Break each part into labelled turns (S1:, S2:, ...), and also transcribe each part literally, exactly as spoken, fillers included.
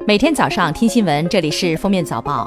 S1: 每天早上听新闻，这里是封面早报。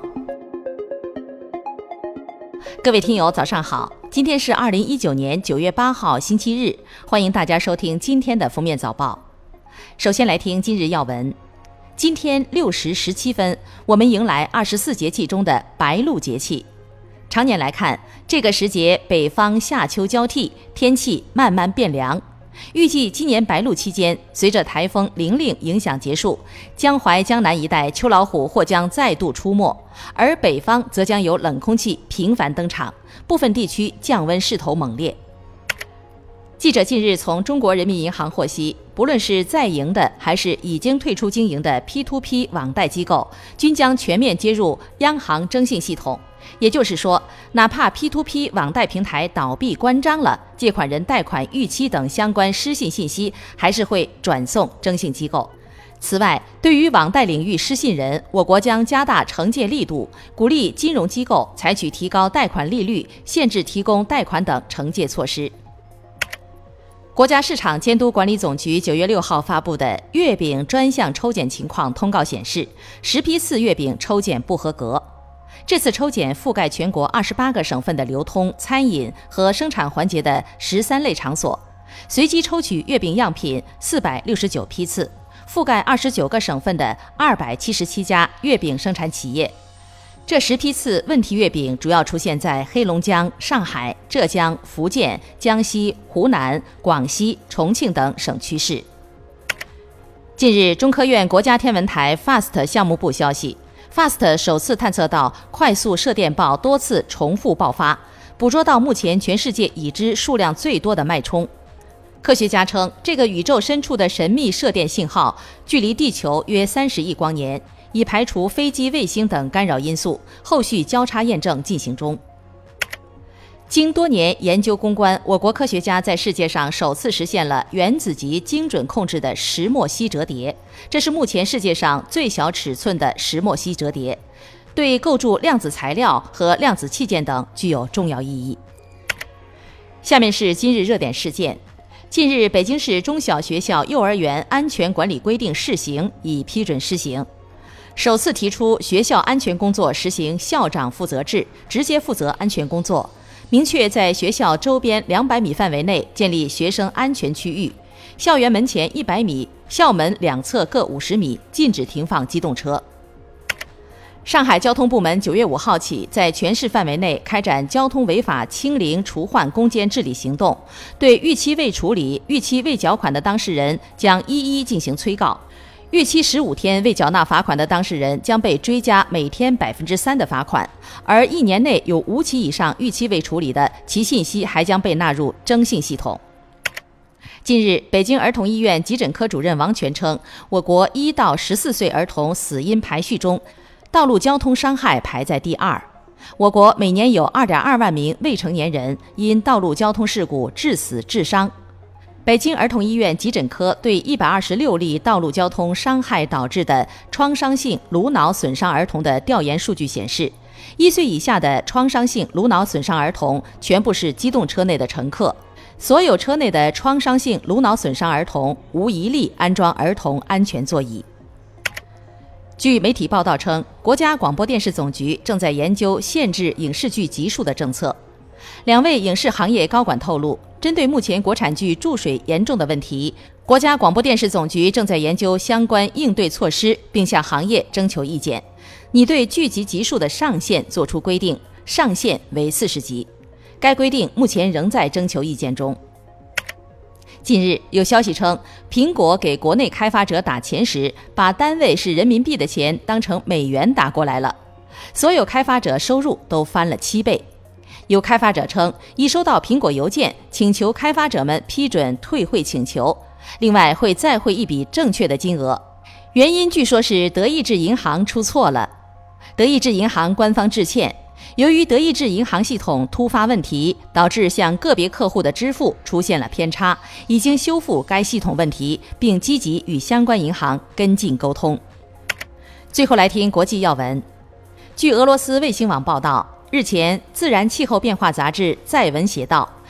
S1: 各位听友早上好，今天是二零一九年九月八号星期日，欢迎大家收听今天的封面早报。首先来听今日要闻。今天六时十七分，我们迎来二十四节气中的白露节气。常年来看，这个时节北方夏秋交替，天气慢慢变凉。预计今年白露期间，随着台风玲玲影响结束，江淮江南一带秋老虎或将再度出没，而北方则将有冷空气频繁登场，部分地区降温势头猛烈。记者近日从中国人民银行获悉，不论是在营的还是已经退出经营的 P to P 网贷机构，均将全面接入央行征信系统。也就是说，哪怕 P to P 网贷平台倒闭关张了，借款人贷款逾期等相关失信信息还是会转送征信机构。此外，对于网贷领域失信人，我国将加大惩戒力度，鼓励金融机构采取提高贷款利率、限制提供贷款等惩戒措施。国家市场监督管理总局九月六号发布的月饼专项抽检情况通告显示，十批次月饼抽检不合格。这次抽检覆盖全国二十八个省份的流通、餐饮和生产环节的十三类场所，随机抽取月饼样品四百六十九批次，覆盖二十九个省份的二百七十七家月饼生产企业。这十批次问题月饼主要出现在黑龙江、上海、浙江、福建、江西、湖南、广西、重庆等省区市。近日，中科院国家天文台 F A S T 项目部消息， F A S T 首次探测到快速射电暴多次重复爆发，捕捉到目前全世界已知数量最多的脉冲。科学家称，这个宇宙深处的神秘射电信号距离地球约三十亿光年，已排除飞机、卫星等干扰因素，后续交叉验证进行中。经多年研究攻关，我国科学家在世界上首次实现了原子级精准控制的石墨烯折叠，这是目前世界上最小尺寸的石墨烯折叠，对构筑量子材料和量子器件等具有重要意义。下面是今日热点事件。近日，北京市中小学校幼儿园安全管理规定试行已批准施行，首次提出学校安全工作实行校长负责制，直接负责安全工作，明确在学校周边两百米范围内建立学生安全区域，校园门前一百米，校门两侧各五十米，禁止停放机动车。上海交通部门九月五号起，在全市范围内开展交通违法清零除换攻坚治理行动，对逾期未处理、逾期未缴款的当事人将一一进行催告。逾期十五天未缴纳罚款的当事人将被追加每天百分之三的罚款，而一年内有五起以上逾期未处理的，其信息还将被纳入征信系统。近日，北京儿童医院急诊科主任王全称，我国一到十四岁儿童死因排序中，道路交通伤害排在第二。我国每年有 二点二万名未成年人因道路交通事故致死致伤。北京儿童医院急诊科对一百二十六例道路交通伤害导致的创伤性颅脑损伤儿童的调研数据显示，一岁以下的创伤性颅脑损伤儿童全部是机动车内的乘客，所有车内的创伤性颅脑损伤儿童无一例安装儿童安全座椅。据媒体报道称，国家广播电视总局正在研究限制影视剧集数的政策。两位影视行业高管透露，针对目前国产剧注水严重的问题，国家广播电视总局正在研究相关应对措施，并向行业征求意见，拟对剧集集数的上限作出规定，上限为四十集。该规定目前仍在征求意见中。近日有消息称，苹果给国内开发者打钱时，把单位是人民币的钱当成美元打过来了，所有开发者收入都翻了七倍。有开发者称，已收到苹果邮件，请求开发者们批准退汇请求，另外会再汇一笔正确的金额。原因据说是德意志银行出错了。德意志银行官方致歉，由于德意志银行系统突发问题，导致向个别客户的支付出现了偏差，已经修复该系统问题，并积极与相关银行跟进沟通。最后来听国际要闻。据俄罗斯卫星网报道，日前，《自然气候变化》杂志载文写道，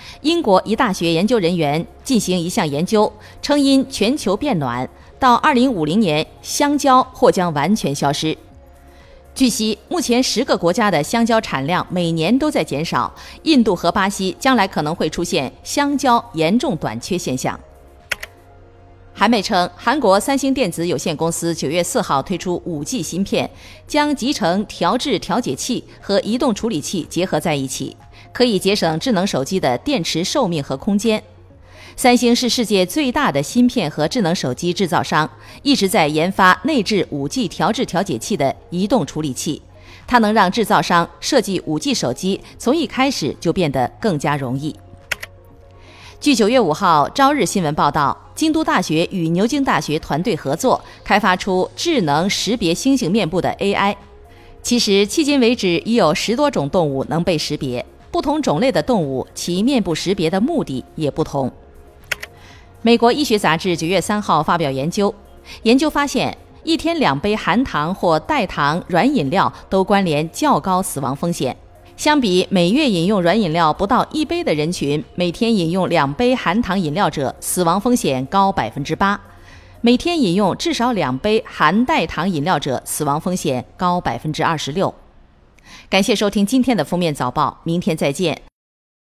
S1: 英国一大学研究人员进行一项研究，称因全球变暖，到二零五零年，香蕉或将完全消失。据悉，目前十个国家的香蕉产量每年都在减少，印度和巴西将来可能会出现香蕉严重短缺现象。韩媒称，韩国三星电子有限公司九月四号推出 五 G 芯片，将集成调制调节器和移动处理器结合在一起，可以节省智能手机的电池寿命和空间。三星是世界最大的芯片和智能手机制造商，一直在研发内置 五 G 调制调节器的移动处理器，它能让制造商设计 五 G 手机从一开始就变得更加容易。据九月五号朝日新闻报道，京都大学与牛津大学团队合作，开发出智能识别猩猩面部的 A I。其实迄今为止已有十多种动物能被识别，不同种类的动物其面部识别的目的也不同。美国医学杂志九月三号发表研究，研究发现，一天两杯含糖或代糖软饮料都关联较高死亡风险。相比每月饮用软饮料不到一杯的人群，每天饮用两杯含糖饮料者死亡风险高百分之八，每天饮用至少两杯含代糖饮料者死亡风险高百分之二十六。感谢收听今天的封面早报，明天再见。